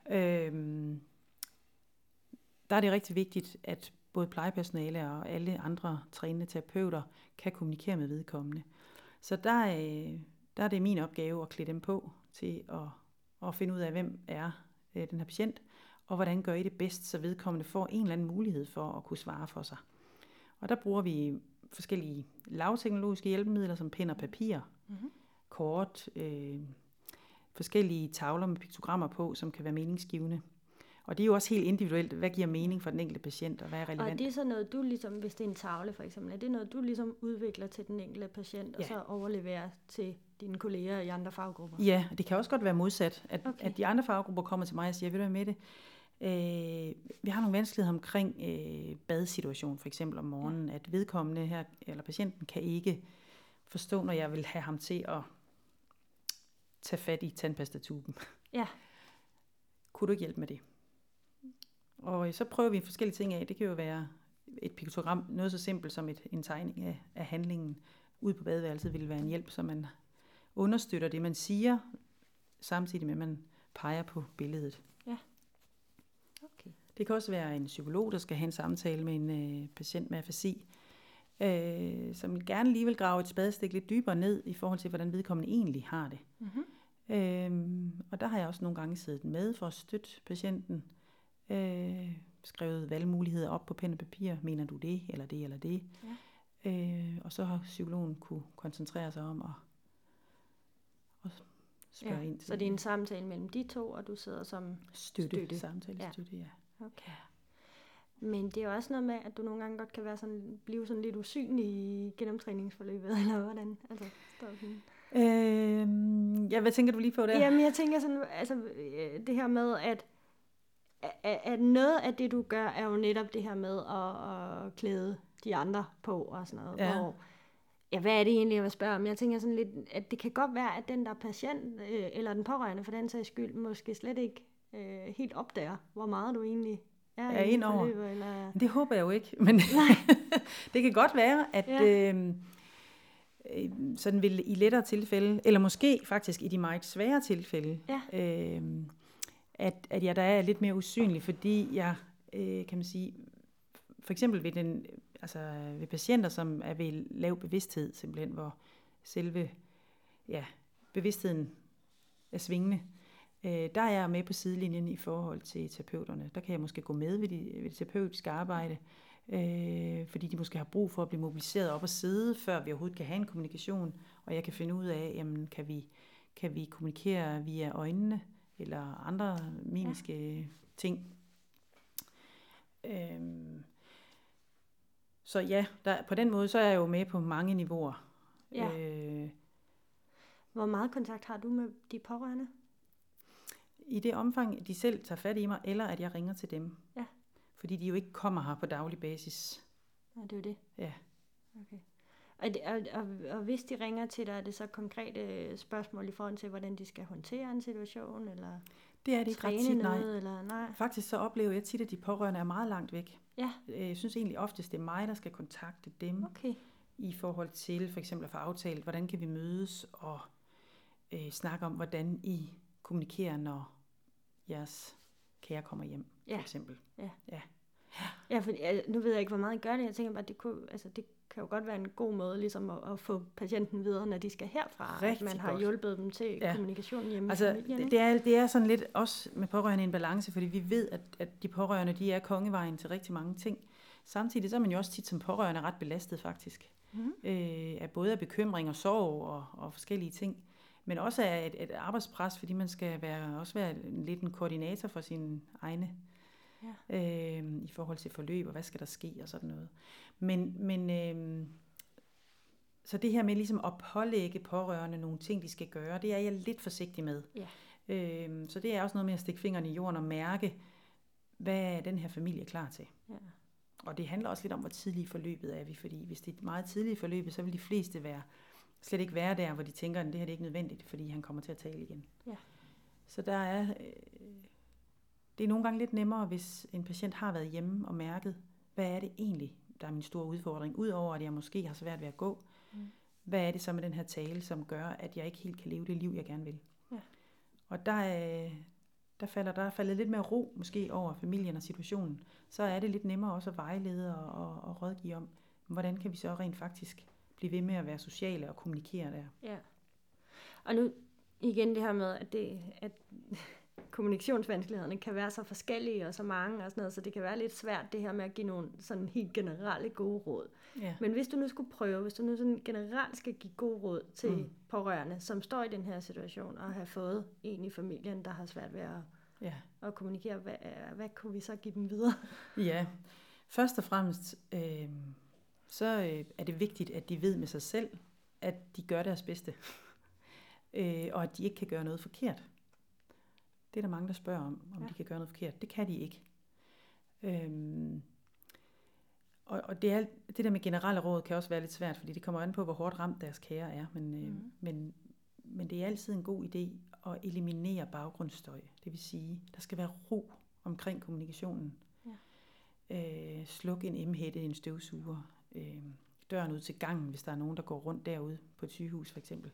Der er det rigtig vigtigt, at både plejepersonale og alle andre trænende terapeuter kan kommunikere med vedkommende. Så der er det min opgave at klæde dem på til at finde ud af, hvem er den her patient, og hvordan gør I det bedst, så vedkommende får en eller anden mulighed for at kunne svare for sig. Og der bruger vi forskellige lavteknologiske hjælpemidler, som pen og papir, kort, forskellige tavler med piktogrammer på, som kan være meningsgivende. Og det er jo også helt individuelt, hvad giver mening for den enkelte patient, og hvad er relevant. Og det er så noget, du ligesom, hvis det er en tavle for eksempel, er det noget, du ligesom udvikler til den enkelte patient, og så overleverer til dine kolleger i andre faggrupper? Ja, det kan også godt være modsat, at de andre faggrupper kommer til mig og siger, ved du hvad med det? Vi har nogle vanskeligheder omkring badsituation, for eksempel om morgenen, at vedkommende her, eller patienten, kan ikke forstå, når jeg vil have ham til at tage fat i tandpastatuben. Ja. Kunne du ikke hjælpe med det? Og så prøver vi forskellige ting af. Det kan jo være et piktogram, noget så simpelt som en tegning af handlingen ude på badeværelset vil være en hjælp, så man understøtter det, man siger, samtidig med, at man peger på billedet. Ja. Okay. Det kan også være en psykolog, der skal have en samtale med en patient med afasi, som gerne lige vil grave et spadestik lidt dybere ned i forhold til, hvordan vedkommende egentlig har det. Og der har jeg også nogle gange siddet med for at støtte patienten, skrevet valgmuligheder op på pen og papir. Mener du det, eller det, eller det? Ja. Og så har psykologen kunne koncentrere sig om at spørge ind til. Så det er en samtale mellem de to, og du sidder som støtte. Samtale-støtte, ja. Okay. Men det er også noget med, at du nogle gange godt kan være blive sådan lidt usynlig i gennemtræningsforløbet, eller hvordan? Altså, hvad tænker du lige på der? Jamen, jeg tænker sådan, altså det her med, at noget af det, du gør, er jo netop det her med at klæde de andre på og sådan noget. Ja. Hvad er det egentlig, jeg vil spørge om? Jeg tænker sådan lidt, at det kan godt være, at den der patient, eller den pårørende for den sags skyld, måske slet ikke helt opdager, hvor meget du egentlig er ind over. Forløber, eller... Det håber jeg jo ikke, men det kan godt være, at sådan vil i lettere tilfælde, eller måske faktisk i de meget svære tilfælde, at jeg der er lidt mere usynlig, fordi jeg, kan man sige, for eksempel ved patienter, som er ved lav bevidsthed, simpelthen, hvor selve bevidstheden er svingende, der er jeg med på sidelinjen i forhold til terapeuterne. Der kan jeg måske gå med ved det terapeutiske arbejde, fordi de måske har brug for at blive mobiliseret op og sidde, før vi overhovedet kan have en kommunikation, og jeg kan finde ud af, jamen, kan vi kommunikere via øjnene, eller andre mimiske ting. Så ja, på den måde, så er jeg jo med på mange niveauer. Ja. Hvor meget kontakt har du med de pårørende? I det omfang, de selv tager fat i mig, eller at jeg ringer til dem. Ja. Fordi de jo ikke kommer her på daglig basis. Ja, det er jo det. Ja. Okay. Og hvis de ringer til dig, er det så konkrete spørgsmål i forhold til, hvordan de skal håndtere en situation, eller Det er det ikke ret træne tit, nej. noget, eller nej? Faktisk så oplever jeg tit, at de pårørende er meget langt væk. Ja. Jeg synes egentlig oftest, det er mig, der skal kontakte dem. Okay. I forhold til for eksempel at få aftalt, hvordan kan vi mødes og snakke om, hvordan I kommunikerer, når jeres kære kommer hjem, for eksempel. Ja, for nu ved jeg ikke, hvor meget I gør det. Jeg tænker bare, det kan jo godt være en god måde ligesom at få patienten videre, når de skal herfra. Rigtig at man har godt. hjulpet dem til kommunikationen hjemme altså, i familien. det er sådan lidt også med pårørende en balance, fordi vi ved, at de pårørende, de er kongevejen til rigtig mange ting. Samtidig så er man jo også tit som pårørende ret belastet faktisk. Af både af bekymring og sorg og forskellige ting. Men også af et arbejdspres, fordi man skal være lidt en koordinator for sine egne i forhold til forløb, og hvad skal der ske, og sådan noget. Men så det her med ligesom at pålægge pårørende nogle ting, de skal gøre, det er jeg lidt forsigtig med. Ja. Så det er også noget med at stikke fingeren i jorden og mærke, hvad er den her familie klar til. Ja. Og det handler også lidt om, hvor tidligt i forløbet er vi, fordi hvis det er meget tidligt i forløbet, så vil de fleste slet ikke være der, hvor de tænker, at det her det er ikke nødvendigt, fordi han kommer til at tale igen. Ja. Så det er nogle gange lidt nemmere, hvis en patient har været hjemme og mærket, hvad er det egentlig, der er min store udfordring, udover at jeg måske har svært ved at gå. Hvad er det så med den her tale, som gør, at jeg ikke helt kan leve det liv, jeg gerne vil. Ja. Og der falder lidt mere ro måske over familien og situationen. Så er det lidt nemmere også at vejlede og rådgive om, hvordan kan vi så rent faktisk blive ved med at være sociale og kommunikere der. Ja. Og nu igen det her med, at kommunikationsvanskelighederne kan være så forskellige og så mange og sådan noget, så det kan være lidt svært det her med at give nogle sådan helt generelle gode råd. Ja. Men hvis du nu sådan generelt skal give gode råd til pårørende, som står i den her situation og har fået en i familien, der har svært ved at kommunikere, hvad kunne vi så give dem videre? Ja, først og fremmest så er det vigtigt, at de ved med sig selv, at de gør deres bedste. Og at de ikke kan gøre noget forkert. Det er der mange, der spørger om de kan gøre noget forkert. Det kan de ikke. Og det der med generelle råd kan også være lidt svært, fordi det kommer an på, hvor hårdt ramt deres kære er. Men det er altid en god idé at eliminere baggrundsstøj. Det vil sige, der skal være ro omkring kommunikationen. Ja. Sluk en emhætte, en støvsuger. Døren ud til gangen, hvis der er nogen, der går rundt derude på et sygehus for eksempel.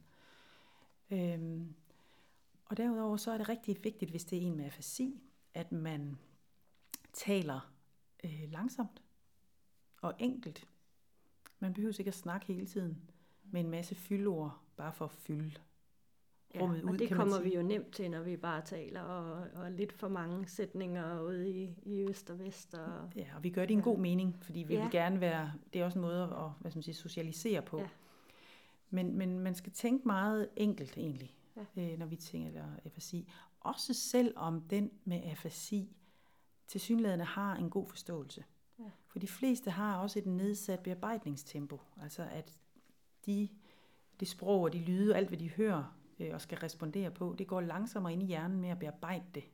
Og derudover så er det rigtig vigtigt, hvis det er en med afasi, at man taler langsomt og enkelt. Man behøver ikke at snakke hele tiden med en masse fyldord, bare for at fylde rummet ud, og det kan kommer vi jo nemt til, når vi bare taler, og lidt for mange sætninger ude i øst og vest. Ja, og vi gør det i en god mening, fordi vi vil gerne være, det er også en måde at socialisere på. Ja. Men man skal tænke meget enkelt egentlig, når vi tænker afasi. Også selvom den med afasi tilsyneladende har en god forståelse. Ja. For de fleste har også et nedsat bearbejdningstempo. Altså at det sprog og de lyde, alt hvad de hører og skal respondere på, det går langsommere ind i hjernen med at bearbejde det.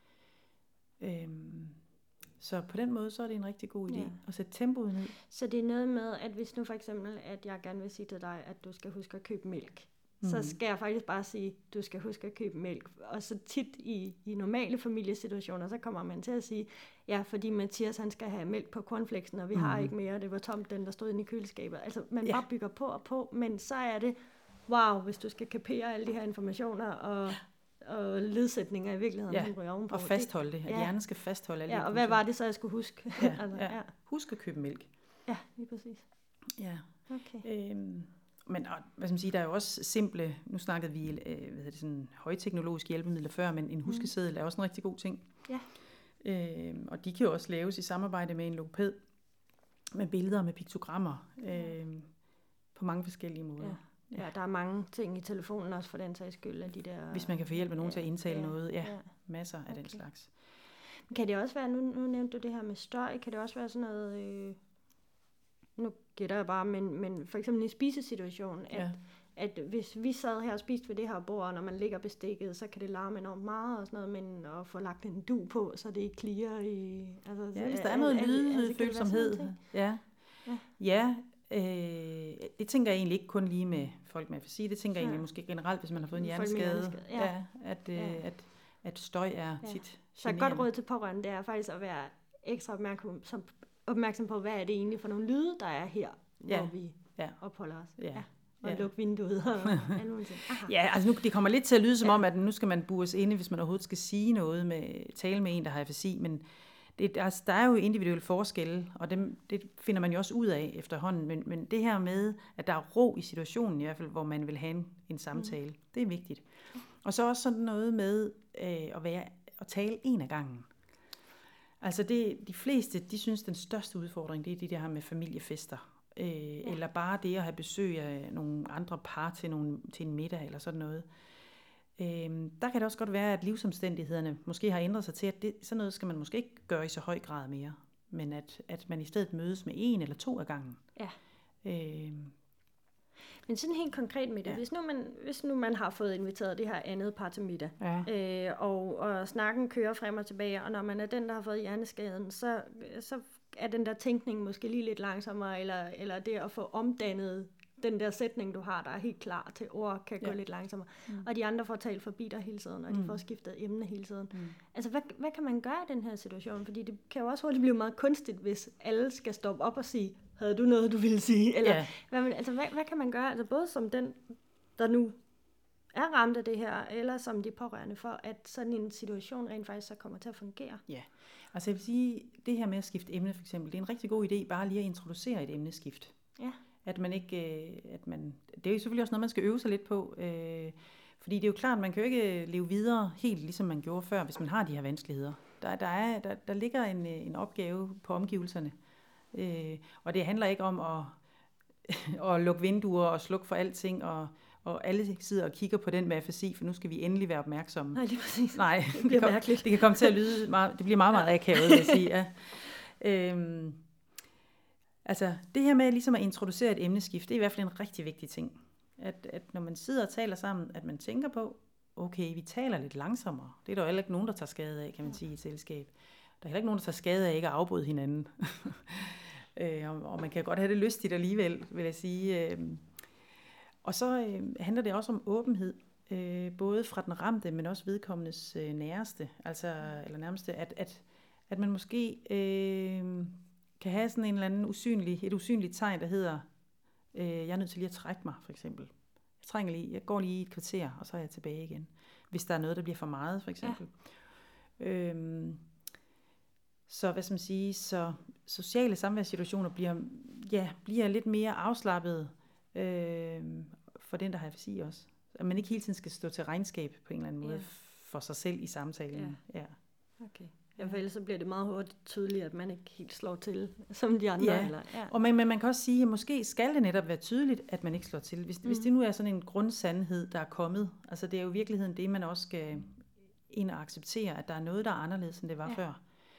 Så på den måde, så er det en rigtig god idé at sætte tempoet ned. Så det er noget med, at hvis nu for eksempel, at jeg gerne vil sige til dig, at du skal huske at købe mælk, så skal jeg faktisk bare sige, du skal huske at købe mælk. Og så tit i normale familiesituationer, så kommer man til at sige, ja, fordi Mathias han skal have mælk på cornflakesen, og vi har ikke mere, det var tomt, den der stod inde i køleskabet. Altså man bare bygger på og på, men så er det, wow, hvis du skal kapere alle de her informationer og ledsætninger i virkeligheden, ryger ovenpå. Og fastholde det, at hjernen skal fastholde alle og hvad var det så, jeg skulle huske? Husk at købe mælk. Ja, lige præcis. Ja. Okay. Men hvad skal man sige, der er jo også simple, nu snakkede vi sådan højteknologiske hjælpemidler før, men en huskeseddel er også en rigtig god ting. Ja. Og de kan jo også laves i samarbejde med en logoped, med billeder og med piktogrammer, på mange forskellige måder. Ja, der er mange ting i telefonen også for den sags skyld af de der. Hvis man kan få hjælp af nogen til at indtale noget, masser af den slags. Kan det også være, nu nævnte du det her med støj, kan det også være sådan noget, nu gætter jeg bare, men for eksempel i en spisesituation, at hvis vi sad her og spiste ved det her bord, og når man ligger bestikket, så kan det larme enormt meget og sådan noget, men at få lagt en du på, så det ikke klirrer i... Altså, hvis der er noget lydfølsomhed. Det tænker jeg egentlig ikke kun lige med folk med afasi, det tænker jeg egentlig måske generelt, hvis man har fået en hjerneskade. At støj er tit så et godt råd til pårørende, det er faktisk at være ekstra opmærksom på, hvad er det egentlig for nogle lyde, der er her, hvor vi opholder os. Og lukke vinduet og alle mulige ting. Altså nu, det kommer lidt til at lyde som om, at nu skal man bures inde, hvis man overhovedet skal sige noget tale med en, der har afasi, men der er jo individuelle forskelle, og det finder man jo også ud af efterhånden, men det her med, at der er ro i situationen i hvert fald, hvor man vil have en samtale, det er vigtigt. Og så også sådan noget med at tale en af gangen. Altså de fleste, de synes, den største udfordring, det er det her med familiefester. Eller bare det at have besøg af nogle andre par til en middag eller sådan noget. Der kan det også godt være, at livsomstændighederne måske har ændret sig til, at sådan noget skal man måske ikke gøre i så høj grad mere. Men at man i stedet mødes med en eller to af gangen. Ja. Men sådan helt konkret med det, hvis nu man har fået inviteret det her andet par til middag, og snakken kører frem og tilbage, og når man er den, der har fået hjerneskaden, så er den der tænkning måske lige lidt langsommere, eller det at få omdannet den der sætning, du har, der er helt klar til ord, kan gå lidt langsommere. Og de andre får talt forbi dig hele tiden, og de får skiftet emne hele tiden. Altså, hvad kan man gøre i den her situation? Fordi det kan jo også hurtigt blive meget kunstigt, hvis alle skal stoppe op og sige, havde du noget, du ville sige? Eller, hvad kan man gøre? Altså, både som den, der nu er ramt af det her, eller som de pårørende, for at sådan en situation rent faktisk så kommer til at fungere? Ja, altså jeg vil sige, det her med at skifte emne for eksempel, det er en rigtig god idé, bare lige at introducere et emneskift. Ja. At man ikke, det er jo selvfølgelig også noget, man skal øve sig lidt på, fordi det er jo klart, man kan jo ikke leve videre helt ligesom man gjorde før, hvis man har de her vanskeligheder. Der ligger en opgave på omgivelserne, og det handler ikke om at lukke vinduer og slukke for alting, og alle sidder og kigger på den med afasi, for nu skal vi endelig være opmærksomme. Nej, lige præcis. Nej, det bliver mærkeligt. Det kan komme til at lyde meget, det bliver meget, meget akavet, vil jeg sige. Ja. Altså, det her med ligesom at introducere et emneskift, det er i hvert fald en rigtig vigtig ting. At når man sidder og taler sammen, at man tænker på, okay, vi taler lidt langsommere. Det er der jo heller ikke nogen, der tager skade af, kan man sige, i et selskab. Der er heller ikke nogen, der tager skade af ikke at afbryde hinanden. Og man kan godt have det lystigt alligevel, vil jeg sige. Og så handler det også om åbenhed, både fra den ramte, men også vedkommendes næreste, eller nærmeste, at man måske kan have sådan en eller anden et usynligt tegn, der hedder, jeg er nødt til lige at trække mig, for eksempel. Jeg går lige et kvarter, og så er jeg tilbage igen. Hvis der er noget, der bliver for meget, for eksempel. Ja. Så hvad skal man sige, så sociale samværssituationer bliver lidt mere afslappede for den, der har afasi også. At man ikke hele tiden skal stå til regnskab på en eller anden måde for sig selv i samtalen. Ja. Okay. Ja, for ellers så bliver det meget hurtigt tydeligt, at man ikke helt slår til, som de andre. Ja, og men man kan også sige, at måske skal det netop være tydeligt, at man ikke slår til. Hvis det nu er sådan en grundsandhed, der er kommet, altså det er jo i virkeligheden det, man også skal ind og acceptere, at der er noget, der er anderledes, end det var før.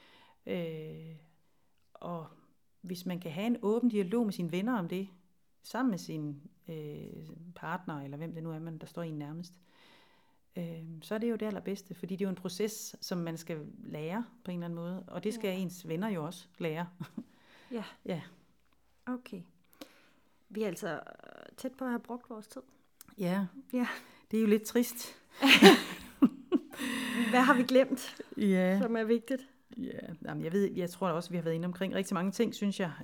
Og hvis man kan have en åben dialog med sine venner om det, sammen med sin partner, eller hvem det nu er, der står en nærmest, så er det jo det allerbedste, fordi det er jo en proces, som man skal lære på en eller anden måde, og det skal ens venner jo også lære. Ja. Okay. Vi er altså tæt på at have brugt vores tid. Ja. Det er jo lidt trist. Hvad har vi glemt, som er vigtigt? Ja, jamen jeg tror også, vi har været inde omkring rigtig mange ting, synes jeg.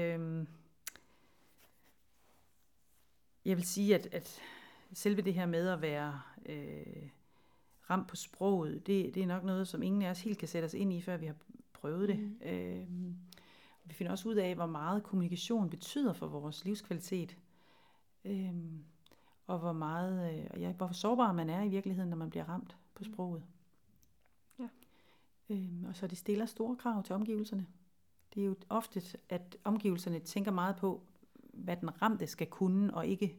Jeg vil sige, at selve det her med at være ramt på sproget, det er nok noget, som ingen af os helt kan sætte os ind i, før vi har prøvet det. Vi finder også ud af, hvor meget kommunikation betyder for vores livskvalitet. Og hvor meget, hvor sårbar man er i virkeligheden, når man bliver ramt på sproget. Ja. Og så det stiller store krav til omgivelserne. Det er jo ofte, at omgivelserne tænker meget på, hvad den ramte skal kunne, og ikke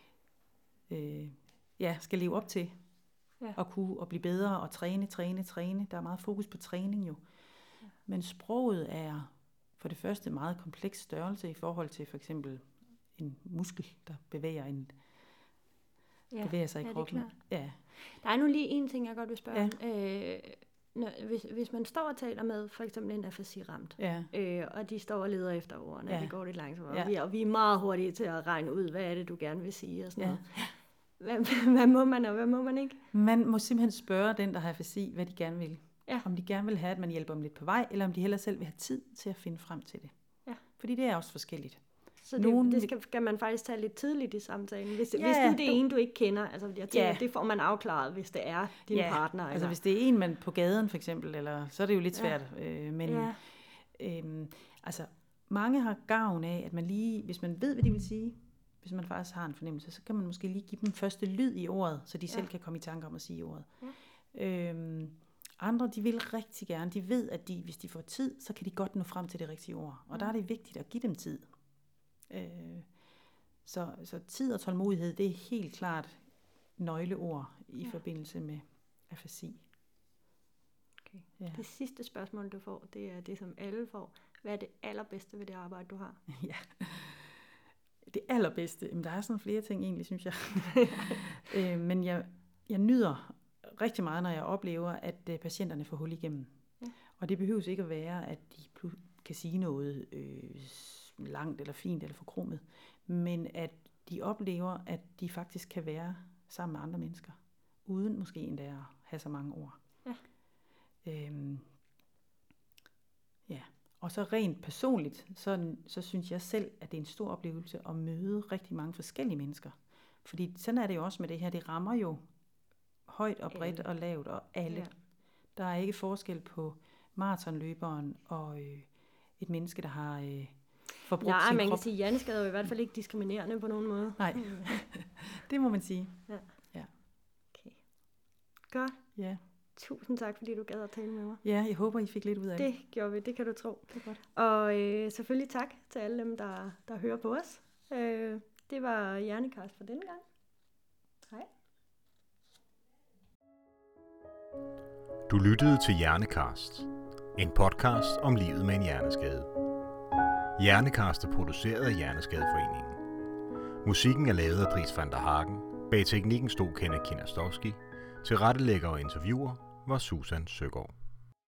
skal leve op til. Og kunne og blive bedre og træne. Der er meget fokus på træning jo. Ja. Men sproget er for det første meget kompleks størrelse i forhold til for eksempel en muskel, der bevæger bevæger sig i kroppen. Ja. Der er nu lige en ting, jeg godt vil spørge om. Hvis man står og taler med for eksempel en afasi-ramt, og de står og leder efter ordene, det går lidt langsomt, og vi er meget hurtige til at regne ud, hvad er det, du gerne vil sige, og sådan noget. Hvad må man, og hvad må man ikke? Man må simpelthen spørge den, der har afasi, hvad de gerne vil. Ja. Om de gerne vil have, at man hjælper dem lidt på vej, eller om de hellere selv vil have tid til at finde frem til det. Ja. Fordi det er også forskelligt. Så det skal man faktisk tage lidt tidligt i samtalen. Hvis det er en, du ikke kender, altså jeg tænker, det får man afklaret, hvis det er din partner. Altså hvis det er en, man på gaden for eksempel, eller, så er det jo lidt svært. Altså mange har gavn af, at man lige, hvis man ved, hvad de vil sige, hvis man faktisk har en fornemmelse, så kan man måske lige give dem første lyd i ordet, så de selv kan komme i tanke om at sige ordet. Ja. Andre, de vil rigtig gerne, de ved, at hvis de får tid, så kan de godt nå frem til det rigtige ord. Og der er det vigtigt at give dem tid. Så tid og tålmodighed, det er helt klart nøgleord i forbindelse med afasi. Okay. Ja. Det sidste spørgsmål, du får, det er det, som alle får. Hvad er det allerbedste ved det arbejde, du har? Ja, det allerbedste? Jamen, der er sådan flere ting egentlig, synes jeg. Men jeg nyder rigtig meget, når jeg oplever, at patienterne får hul igennem. Ja. Og det behøves ikke at være, at de kan sige noget langt eller fint eller forkromet, men at de oplever, at de faktisk kan være sammen med andre mennesker, uden måske endda at have så mange ord. Ja. Og så rent personligt, så synes jeg selv, at det er en stor oplevelse at møde rigtig mange forskellige mennesker. Fordi sådan er det jo også med det her, det rammer jo højt og bredt og lavt og alle. Ja. Der er ikke forskel på maratonløberen og et menneske, der har forbrugt sin krop. Man kan sige, at hjerneskade er jo i hvert fald ikke diskriminerende på nogen måde. Nej, det må man sige. Ja. Okay. Godt. Ja. Tusind tak, fordi du gad at tale med mig. Ja, jeg håber, I fik lidt ud af det. Det gjorde vi, det kan du tro. Det er godt. Og selvfølgelig tak til alle dem, der hører på os. Det var Hjernekast for denne gang. Hej. Du lyttede til Hjernekast, en podcast om livet med en hjerneskade. Hjernekast er produceret af Hjerneskadeforeningen. Musikken er lavet af Dries van der Hagen. Bag teknikken stod Kenneth Kinastowski. Tilrettelægger og interviewer var Susan Søgaard.